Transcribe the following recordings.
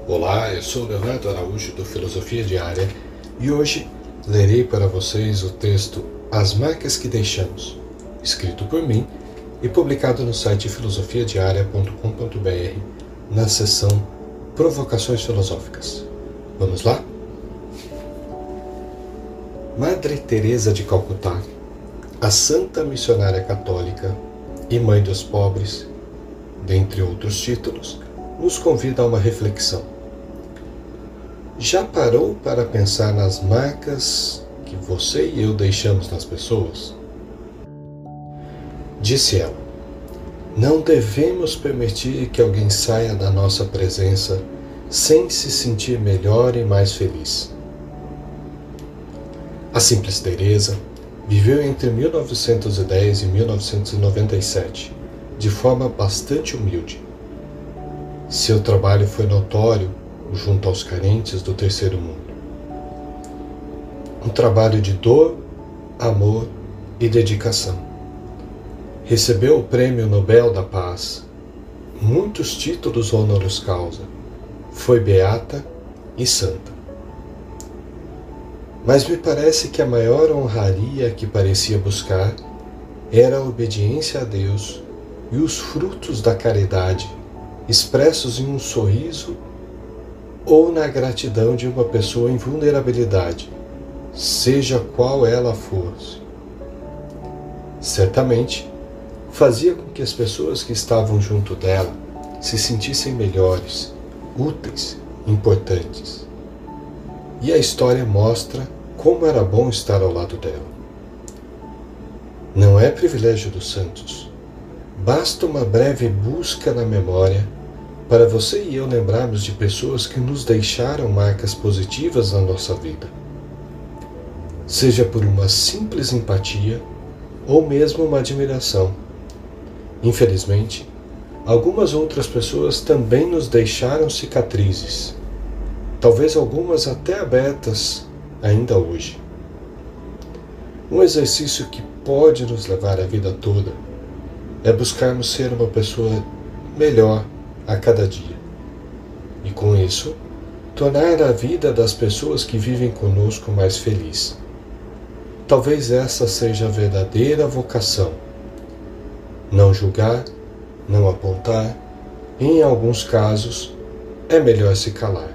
Olá, eu sou Leonardo Araújo do Filosofia Diária e hoje lerei para vocês o texto As Marcas que Deixamos, escrito por mim e publicado no site filosofiadiaria.com.br na seção Provocações Filosóficas. Vamos lá? Madre Teresa de Calcutá, a santa missionária católica e mãe dos pobres, dentre outros títulos, nos convida a uma reflexão. Já parou para pensar nas marcas que você e eu deixamos nas pessoas? Disse ela, não devemos permitir que alguém saia da nossa presença sem se sentir melhor e mais feliz. A simples Teresa viveu entre 1910 e 1997, de forma bastante humilde. Seu trabalho foi notório junto aos carentes do terceiro mundo. Um trabalho de dor, amor e dedicação. Recebeu o Prêmio Nobel da Paz, muitos títulos honoris causa, foi beata e santa. Mas me parece que a maior honraria que parecia buscar era a obediência a Deus e os frutos da caridade expressos em um sorriso ou na gratidão de uma pessoa em vulnerabilidade, seja qual ela fosse. Certamente, fazia com que as pessoas que estavam junto dela se sentissem melhores, úteis, importantes. E a história mostra como era bom estar ao lado dela. Não é privilégio dos santos. Basta uma breve busca na memória para você e eu lembrarmos de pessoas que nos deixaram marcas positivas na nossa vida. Seja por uma simples empatia ou mesmo uma admiração. Infelizmente, algumas outras pessoas também nos deixaram cicatrizes, talvez algumas até abertas ainda hoje. Um exercício que pode nos levar a vida toda é buscarmos ser uma pessoa melhor a cada dia. E com isso, tornar a vida das pessoas que vivem conosco mais feliz. Talvez essa seja a verdadeira vocação. Não julgar, não apontar, e em alguns casos, é melhor se calar.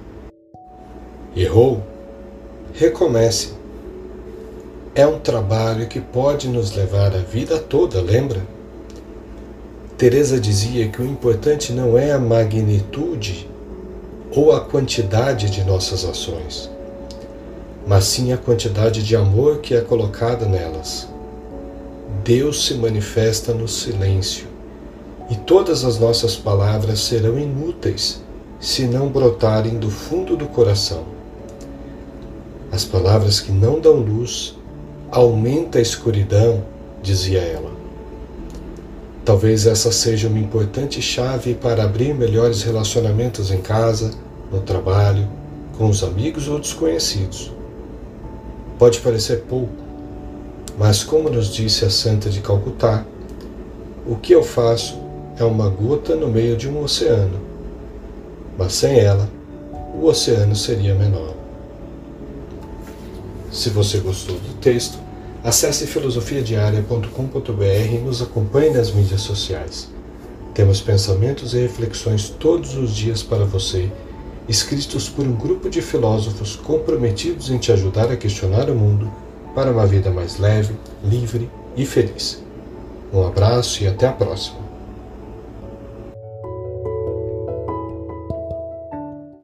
Errou? Recomece. É um trabalho que pode nos levar a vida toda, lembra? Teresa dizia que o importante não é a magnitude ou a quantidade de nossas ações, mas sim a quantidade de amor que é colocada nelas. Deus se manifesta no silêncio, e todas as nossas palavras serão inúteis se não brotarem do fundo do coração. As palavras que não dão luz aumentam a escuridão, dizia ela. Talvez essa seja uma importante chave para abrir melhores relacionamentos em casa, no trabalho, com os amigos ou desconhecidos. Pode parecer pouco, mas como nos disse a Santa de Calcutá, o que eu faço é uma gota no meio de um oceano, mas sem ela, o oceano seria menor. Se você gostou do texto, acesse filosofiadiaria.com.br e nos acompanhe nas mídias sociais. Temos pensamentos e reflexões todos os dias para você, escritos por um grupo de filósofos comprometidos em te ajudar a questionar o mundo para uma vida mais leve, livre e feliz. Um abraço e até a próxima.